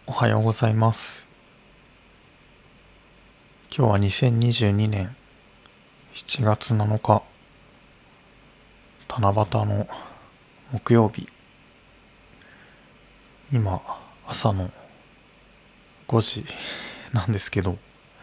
おはようございます。今日は2022年7月7日、七夕の木曜日。今、朝の5時なんですけど、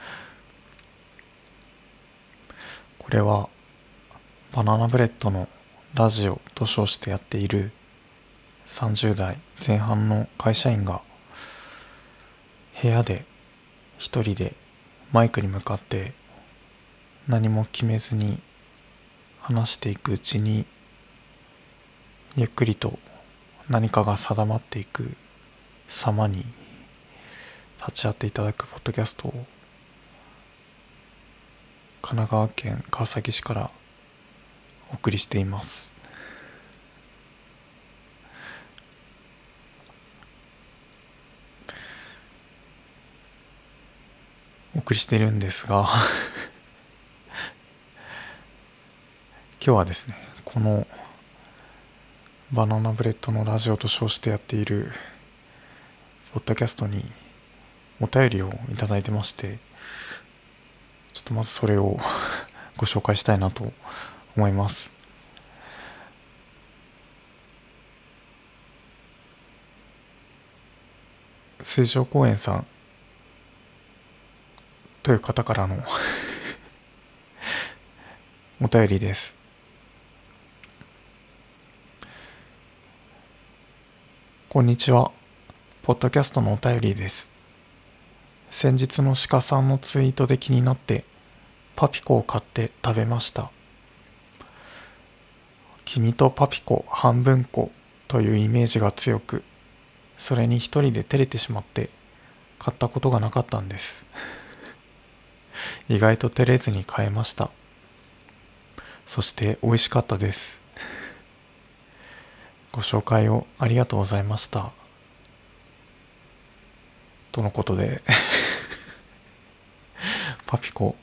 これはバナナブレッドのラジオと称してやっている30代前半の会社員が部屋で一人でマイクに向かって何も決めずに話していくうちに、ゆっくりと何かが定まっていく様に立ち会っていただくポッドキャストを神奈川県川崎市からお送りしています。お送りしているんですが今日はですね、このバナナブレッドのラジオと称してやっているポッドキャストにお便りをいただいてまして、ちょっとまずそれをご紹介したいなと思います。水上公園さんという方からのお便りです。こんにちは。ポッドキャストのお便りです。先日の鹿さんのツイートで気になってパピコを買って食べました。君とパピコ半分こというイメージが強く、それに一人で照れてしまって買ったことがなかったんです。意外と照れずに買えました。そして美味しかったです。ご紹介をありがとうございました。とのことでパピコ、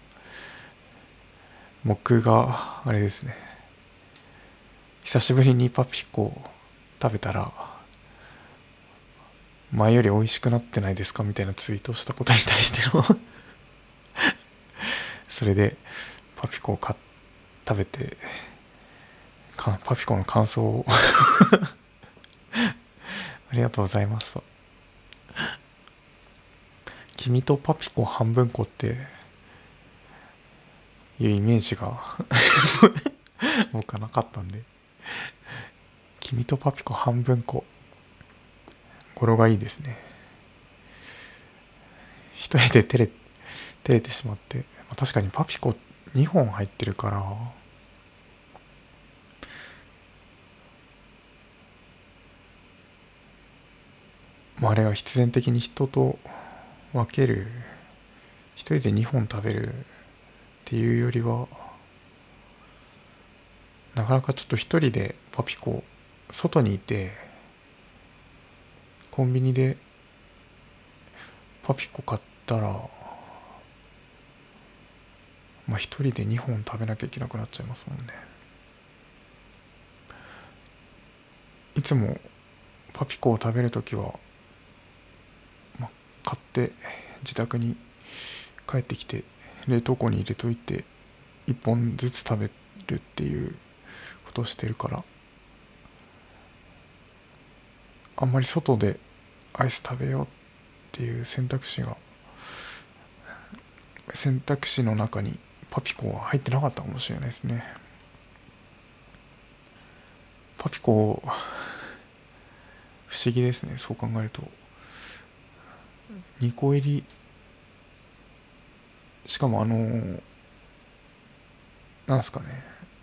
僕があれですね、久しぶりにパピコ食べたら前より美味しくなってないですかみたいなツイートをしたことに対してのそれでパピコを食べてパピコの感想をありがとうございました。君とパピコ半分こっていうイメージが僕はなかったんで、君とパピコ半分こ、語呂がいいですね。一人で照れてしまって、確かにパピコ2本入ってるから、あれは必然的に人と分ける、一人で2本食べるっていうよりは、なかなかちょっと一人でパピコ、外にいてコンビニでパピコ買ったら、一人で2本食べなきゃいけなくなっちゃいますもんね。いつもパピコを食べるときは、買って自宅に帰ってきて冷凍庫に入れといて1本ずつ食べるっていうことをしてるから、あんまり外でアイス食べようっていう選択肢の中にパピコは入ってなかったかもしれないですね。パピコ不思議ですね、そう考えると。2個入り、しかもなんすかね、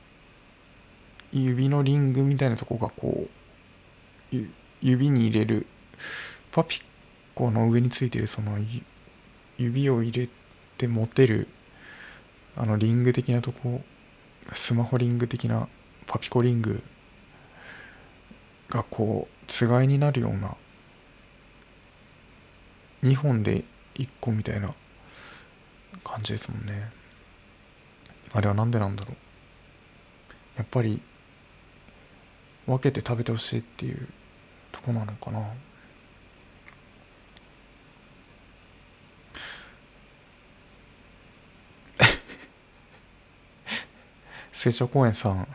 指のリングみたいなとこがこう指に入れる、パピコの上についてるその指を入れて持てるリング的なとこ、スマホリング的なパピコリングがこうつがいになるような、2本で1個みたいな感じですもんね。あれはなんでなんだろう。やっぱり分けて食べてほしいっていうとこなのかな。 水上公園さん、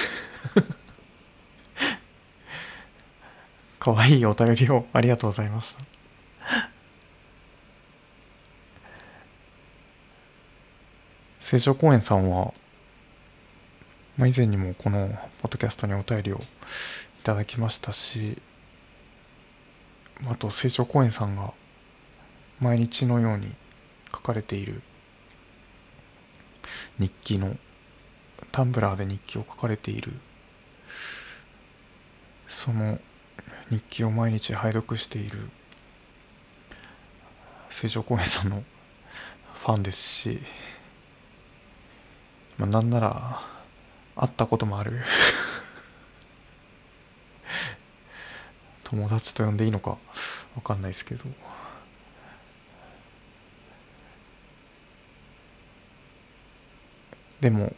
かわいいお便りをありがとうございました。水上公園さんは、以前にもこのポッドキャストにお便りをいただきましたし、あと水上公園さんが毎日のように書かれている日記の、タンブラーで日記を書かれている、その日記を毎日拝読している水上公園さんのファンですし、なんなら会ったこともある友達と呼んでいいのか分かんないですけど、でも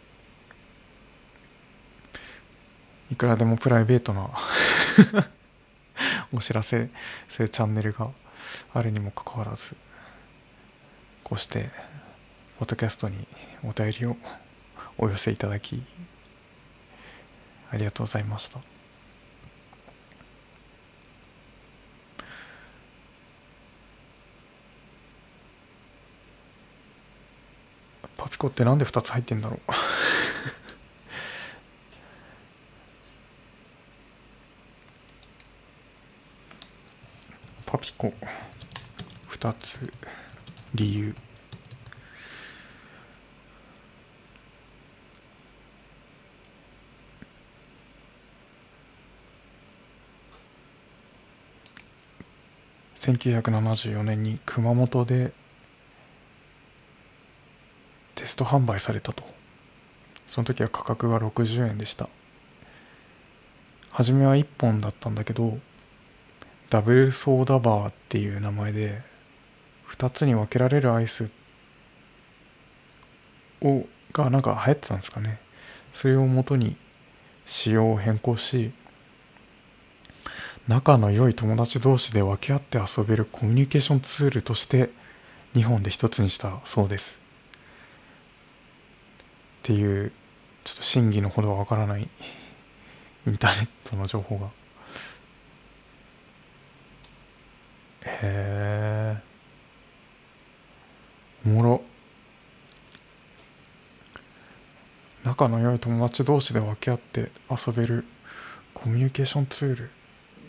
いくらでもプライベートなお知らせするチャンネルがあるにもかかわらず、こうしてポッドキャストにお便りをお寄せいただきありがとうございました。パピコってなんで2つ入ってんだろうパピコ2つ理由。1974年に熊本でテスト販売されたと。その時は価格が60円でした。初めは1本だったんだけど、ダブルソーダバーっていう名前で2つに分けられるアイスがなんか流行ってたんですかね。それを元に仕様を変更し、仲の良い友達同士で分け合って遊べるコミュニケーションツールとして2本で1つにしたそうです。っていう、ちょっと真偽のほどはわからないインターネットの情報が。へえ、おもろ。仲の良い友達同士で分け合って遊べるコミュニケーションツール。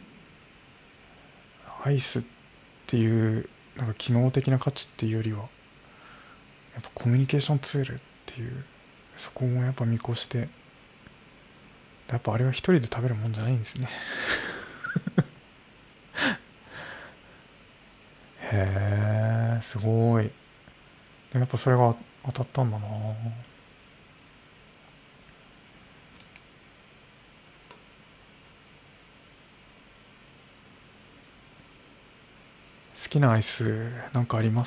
アイスっていうなんか機能的な価値っていうよりは、やっぱコミュニケーションツールっていう、そこもやっぱ見越して、やっぱあれは一人で食べるもんじゃないんですね。へえ、すごい。やっぱそれが当たったんだな。好きなアイスなんかあります？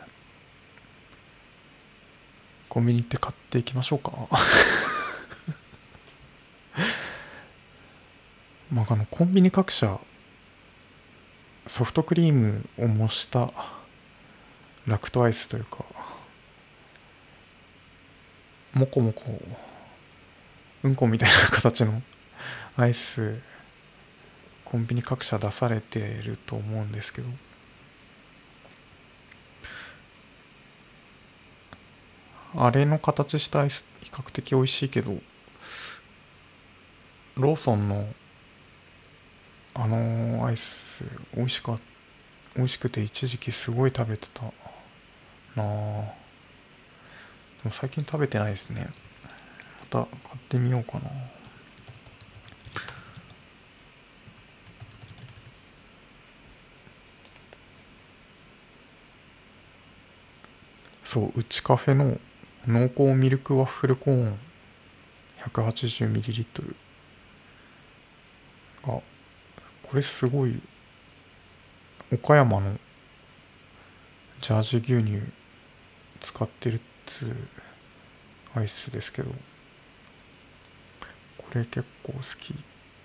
コンビニ行って買っていきましょうか。コンビニ各社ソフトクリームを模したラクトアイスというか、もこもこうんこみたいな形のアイス、コンビニ各社出されてると思うんですけど、あれの形したアイス比較的美味しいけど、ローソンのアイス美味しくて一時期すごい食べてたなぁ。でも最近食べてないですね。また買ってみようかな。そう、うちカフェの濃厚ミルクワッフルコーン 180ml が、これすごい岡山のジャージ牛乳使ってるっつうアイスですけど、これ結構好き。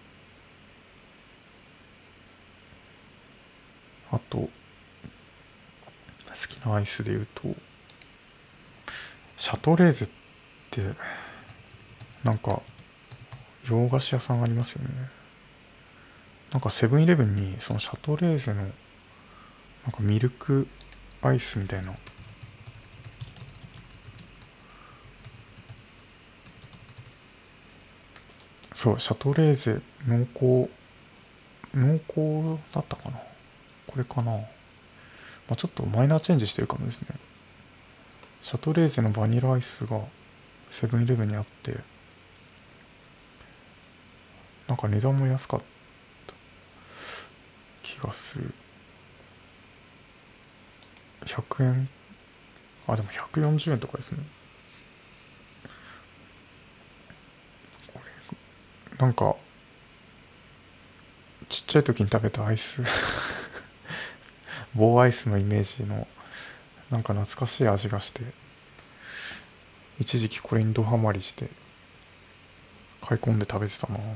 あと好きなアイスで言うとシャトレーゼってなんか洋菓子屋さんありますよね。なんかセブンイレブンにそのシャトレーゼのなんかミルクアイスみたいな、そうシャトレーゼ濃厚だったかな、これかな、まあ、ちょっとマイナーチェンジしてるかもですね。シャトレーゼのバニラアイスがセブンイレブンにあって、なんか値段も安かった気がする。100円、あでも140円とかですね。これなんかちっちゃい時に食べたアイス棒アイスのイメージのなんか懐かしい味がして、一時期これにドハマりして買い込んで食べてたな。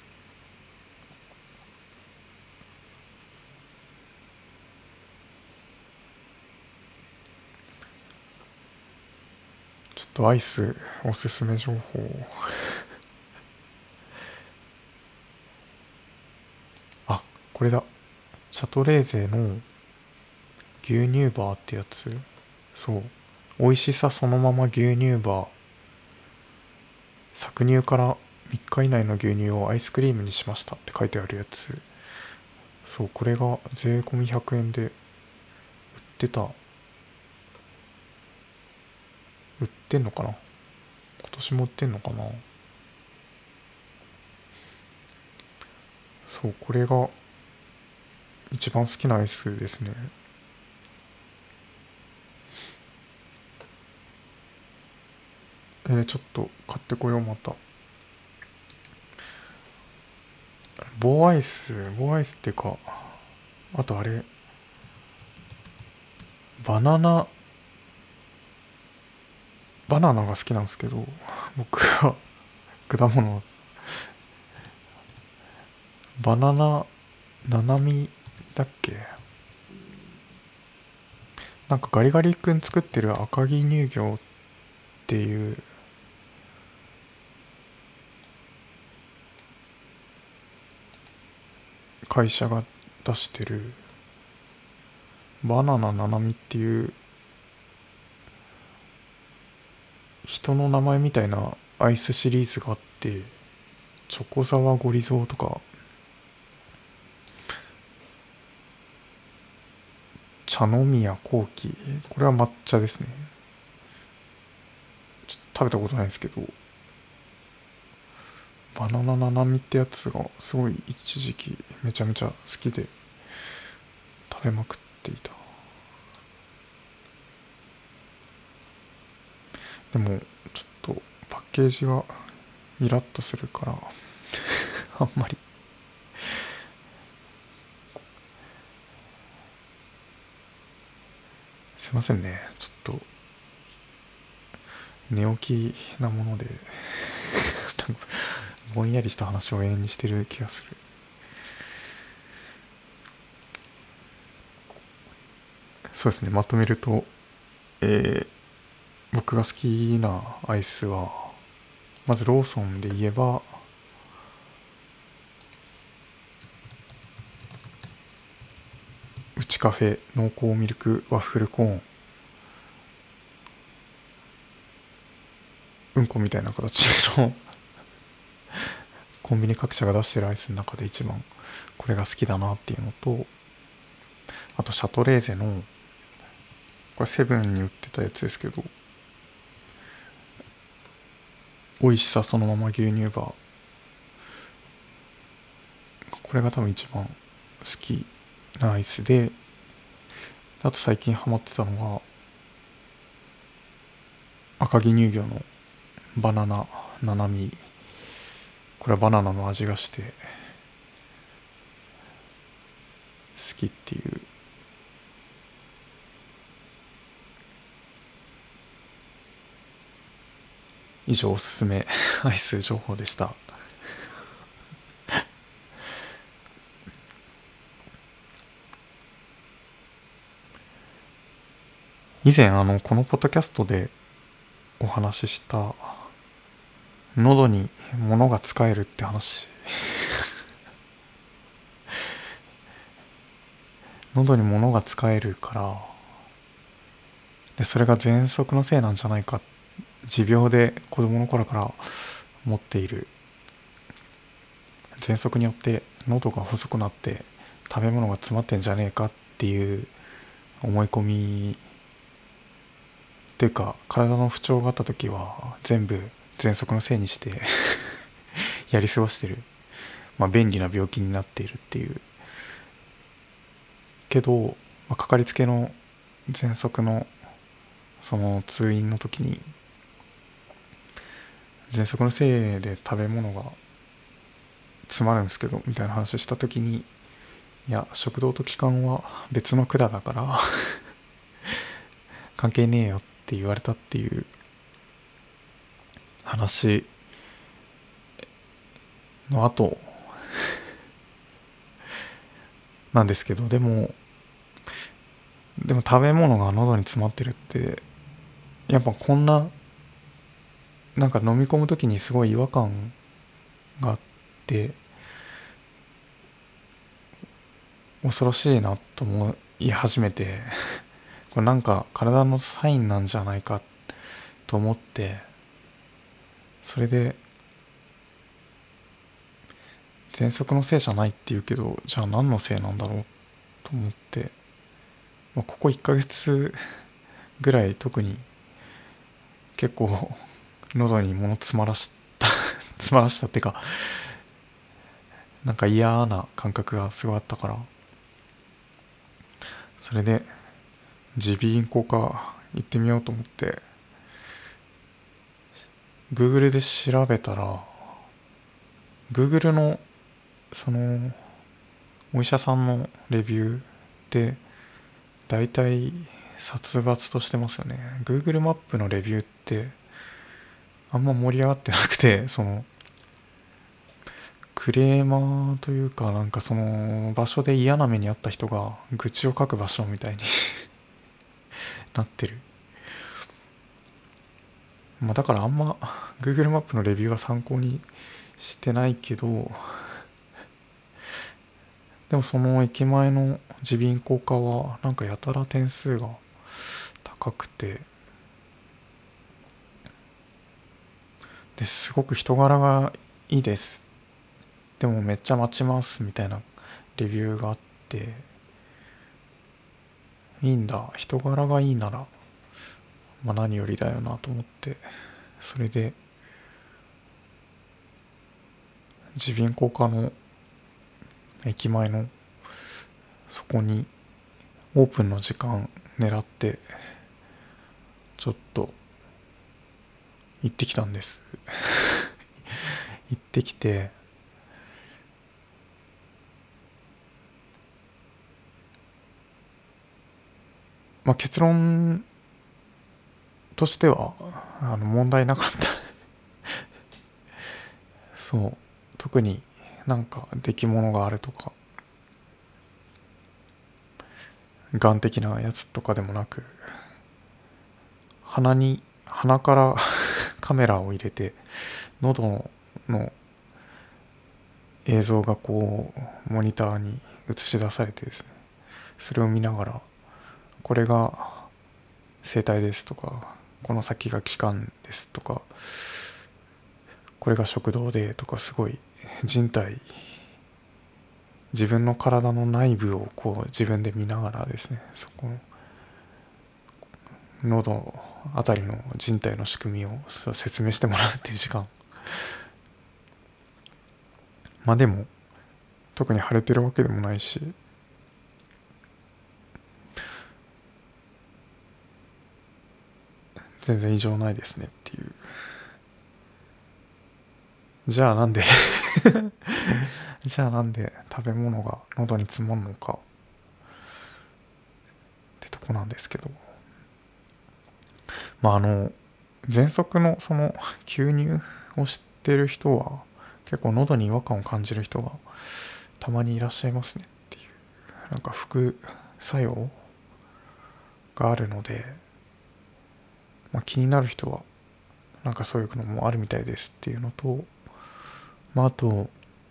ちょっとアイスおすすめ情報、あこれだ、シャトレーゼの牛乳バーってやつ、そう美味しさそのまま牛乳バー、搾乳から3日以内の牛乳をアイスクリームにしましたって書いてあるやつ。そうこれが税込み100円で売ってんのかな、今年も売ってんのかな。そうこれが一番好きなアイスですね。ちょっと買ってこようまた。棒アイスっていうか、あとあれバナナバナナが好きなんですけど、僕は果物、バナナナナミだっけ、なんかガリガリ君作ってる赤城乳業っていう会社が出してるバナナナナミっていう人の名前みたいなアイスシリーズがあって、チョコザワゴリゾーとか茶飲みやコーキ、これは抹茶ですね。ちょっと食べたことないんですけど、バナナナナミってやつがすごい一時期めちゃめちゃ好きで食べまくっていた。でもちょっとパッケージがイラッとするからあんまり。すいませんね、ちょっと寝起きなものでぼんやりした話を永遠にしてる気がする。そうですね、まとめると、えー僕が好きなアイスはまずローソンで言えばうちカフェ濃厚ミルクワッフルコーン、うんこみたいな形のコンビニ各社が出してるアイスの中で一番これが好きだなっていうのと、あとシャトレーゼのこれセブンに売ってたやつですけど、美味しさそのまま牛乳バー、これが多分一番好きなアイスで、あと最近ハマってたのが赤城乳業のバナナナナミ、これはバナナの味がして好きっていう。以上おすすめアイス情報でした。以前このポッドキャストでお話しした喉に物が使えるって話。喉に物が使えるから、でそれが喘息のせいなんじゃないか、持病で子供の頃から持っている喘息によって喉が細くなって食べ物が詰まってんじゃねえかっていう思い込みというか、体の不調があった時は全部喘息のせいにしてやり過ごしてる、便利な病気になっているっていう。けど、かかりつけの喘息のその通院の時に、喘息のせいで食べ物が詰まるんですけどみたいな話した時に、いや食道と気管は別の管だから関係ねえよって言われたっていう話の後なんですけど、でも食べ物が喉に詰まってるって、やっぱこんななんか飲み込む時にすごい違和感があって、恐ろしいなと思い始めてこれなんか体のサインなんじゃないかと思って、それで喘息のせいじゃないって言うけど、じゃあ何のせいなんだろうと思って、ここ1ヶ月ぐらい特に結構喉に物詰まらした詰まらしたってか、なんか嫌な感覚がすごいあったから、それで耳鼻咽喉科行ってみようと思って Google で調べたら、 Google のそのお医者さんのレビューでだいたい殺伐としてますよね。 Google マップのレビューってあんま盛り上がってなくて、そのクレーマーというか、なんかその場所で嫌な目にあった人が愚痴を書く場所みたいになってる。だからあんま Google マップのレビューは参考にしてないけど、でもその駅前の耳鼻咽喉科はなんかやたら点数が高くて、ですごく人柄がいいです、でもめっちゃ待ちますみたいなレビューがあって、いいんだ、人柄がいいなら何よりだよなと思って、それで耳鼻咽喉科の駅前のそこにオープンの時間狙ってちょっと行ってきたんです行ってきて、結論としては問題なかったそう、特になんか出来物があるとか眼的なやつとかでもなく、鼻からカメラを入れて喉の映像がこうモニターに映し出されてですね、それを見ながら、これが声帯ですとか、この先が気管ですとか、これが食道でとか、すごい人体、自分の体の内部をこう自分で見ながらですね、そこの喉あたりの人体の仕組みを説明してもらうっていう時間、でも特に腫れてるわけでもないし、全然異常ないですねっていう。じゃあなんでじゃあなんで食べ物が喉に詰まるのかってとこなんですけど、喘息のその吸入を知ってる人は結構喉に違和感を感じる人がたまにいらっしゃいますねっていう、なんか副作用があるので、気になる人はなんかそういうのもあるみたいですっていうのと、あと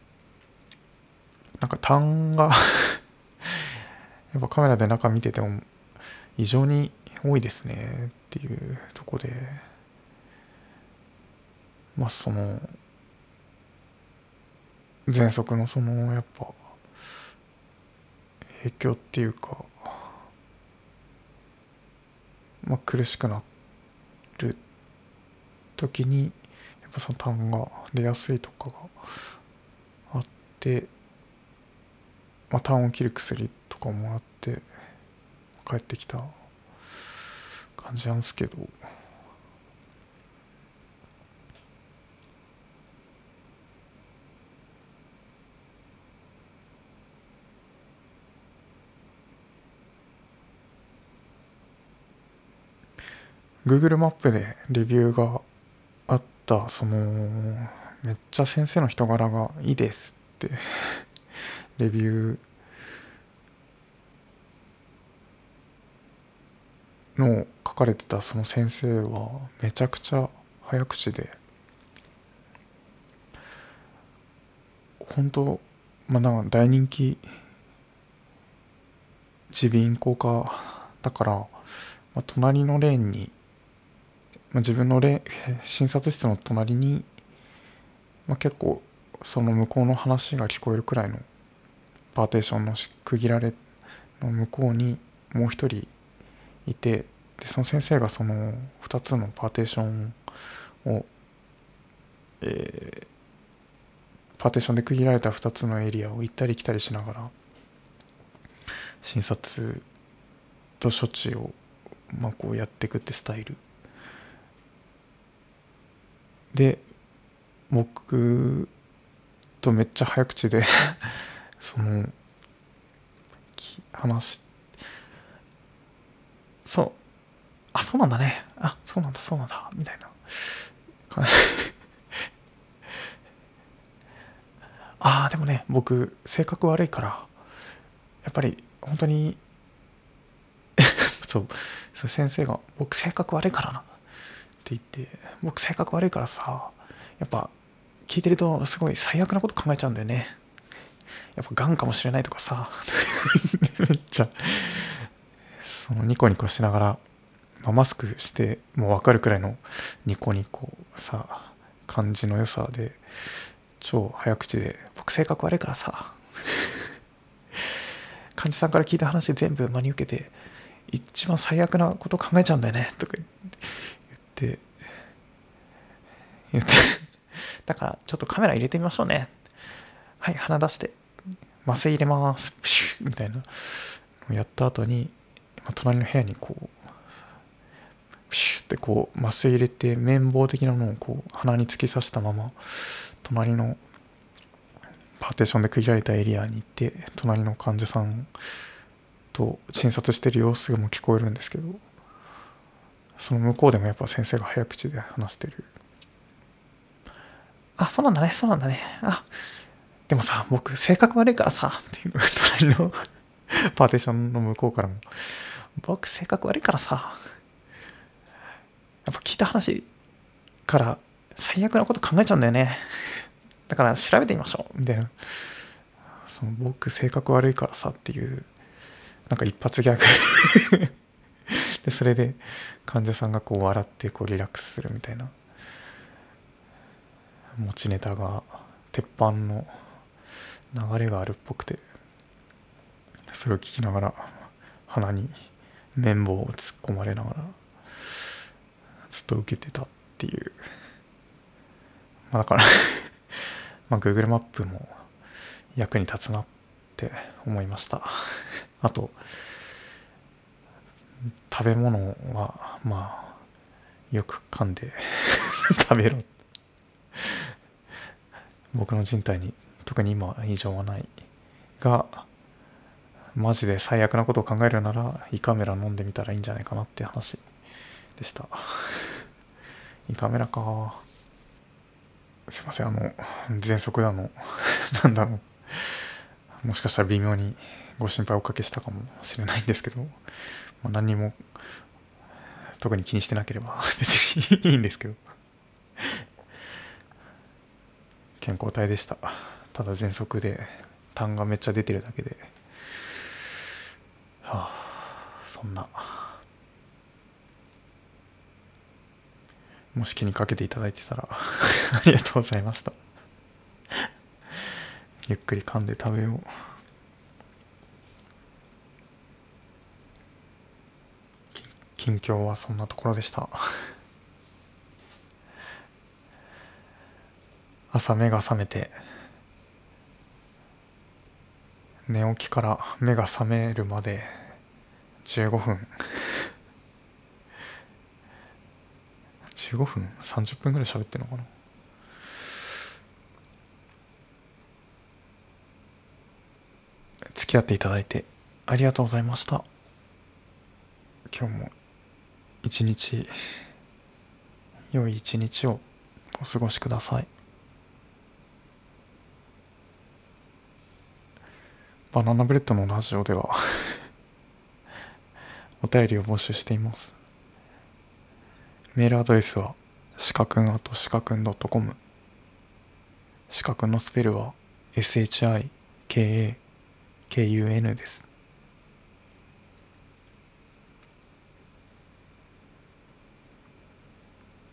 なんか痰がやっぱカメラで中見てても異常に多いですねっていうとこで、その喘息のそのやっぱ影響っていうか、苦しくなる時にやっぱその痰が出やすいとかがあって、痰を切る薬とかをもらって帰ってきた感じなんですけど、Google マップでレビューがあったそのめっちゃ先生の人柄がいいですってレビューの書かれてたその先生はめちゃくちゃ早口で、本当なんか大人気耳鼻咽喉科だから、隣のレーンに、自分の診察室の隣に、結構その向こうの話が聞こえるくらいのパーテーションの区切られの向こうにもう一人いて、でその先生がその2つのパーテーションを、パーテーションで区切られた2つのエリアを行ったり来たりしながら診察と処置をこうやっていくってスタイルで、僕とめっちゃ早口でその話そうなんだね、そうなんだみたいなでもね、僕性格悪いからやっぱり本当にそう先生が僕性格悪いからなって言って、僕性格悪いからさ、やっぱ聞いてるとすごい最悪なこと考えちゃうんだよね、やっぱがんかもしれないとかさめっちゃそのニコニコしながら、マスクしてもう分かるくらいのニコニコさ感じの良さで、超早口で僕性格悪いからさ患者さんから聞いた話全部真に受けて一番最悪なこと考えちゃうんだよねとか言ってだからちょっとカメラ入れてみましょうね、はい、鼻出して麻酔入れますプシュッみたいなのやった後に、隣の部屋にこうプシュッってこう麻酔入れて綿棒的なのをこう鼻に突き刺したまま隣のパーテーションで区切られたエリアに行って、隣の患者さんと診察してる様子も聞こえるんですけど、その向こうでもやっぱ先生が早口で話してる。そうなんだね、でもさ僕性格悪いからさっていう隣のパーテーションの向こうからも、僕性格悪いからさ、やっぱ聞いた話から最悪なこと考えちゃうんだよね、だから調べてみましょうみたいな、その僕性格悪いからさっていうなんか一発ギャグで、それで患者さんがこう笑ってこうリラックスするみたいな持ちネタが鉄板の流れがあるっぽくて、それを聞きながら鼻に綿棒を突っ込まれながらずっと受けてたっていう、だからGoogle マップも役に立つなって思いました。あと食べ物はよく噛んで食べろ僕の人体に特に今異常はないが、マジで最悪なことを考えるなら胃カメラ飲んでみたらいいんじゃないかなって話でした。胃カメラか、すいません、喘息だのなんだろう、もしかしたら微妙にご心配おかけしたかもしれないんですけど、何にも特に気にしてなければ別にいいんですけど、 健康体でした。ただ喘息で痰がめっちゃ出てるだけで、そんな。もし気にかけていただいてたらありがとうございました。ゆっくり噛んで食べよう。近況はそんなところでした。朝目が覚めて、寝起きから目が覚めるまで15分15分30分ぐらい喋ってるのかな。付き合っていただいてありがとうございました。今日も一日、良い一日をお過ごしください。バナナブレッドのラジオではお便りを募集しています。メールアドレスはしかくん@shikakun.com。しかくんのスペルは SHIKAKUN です。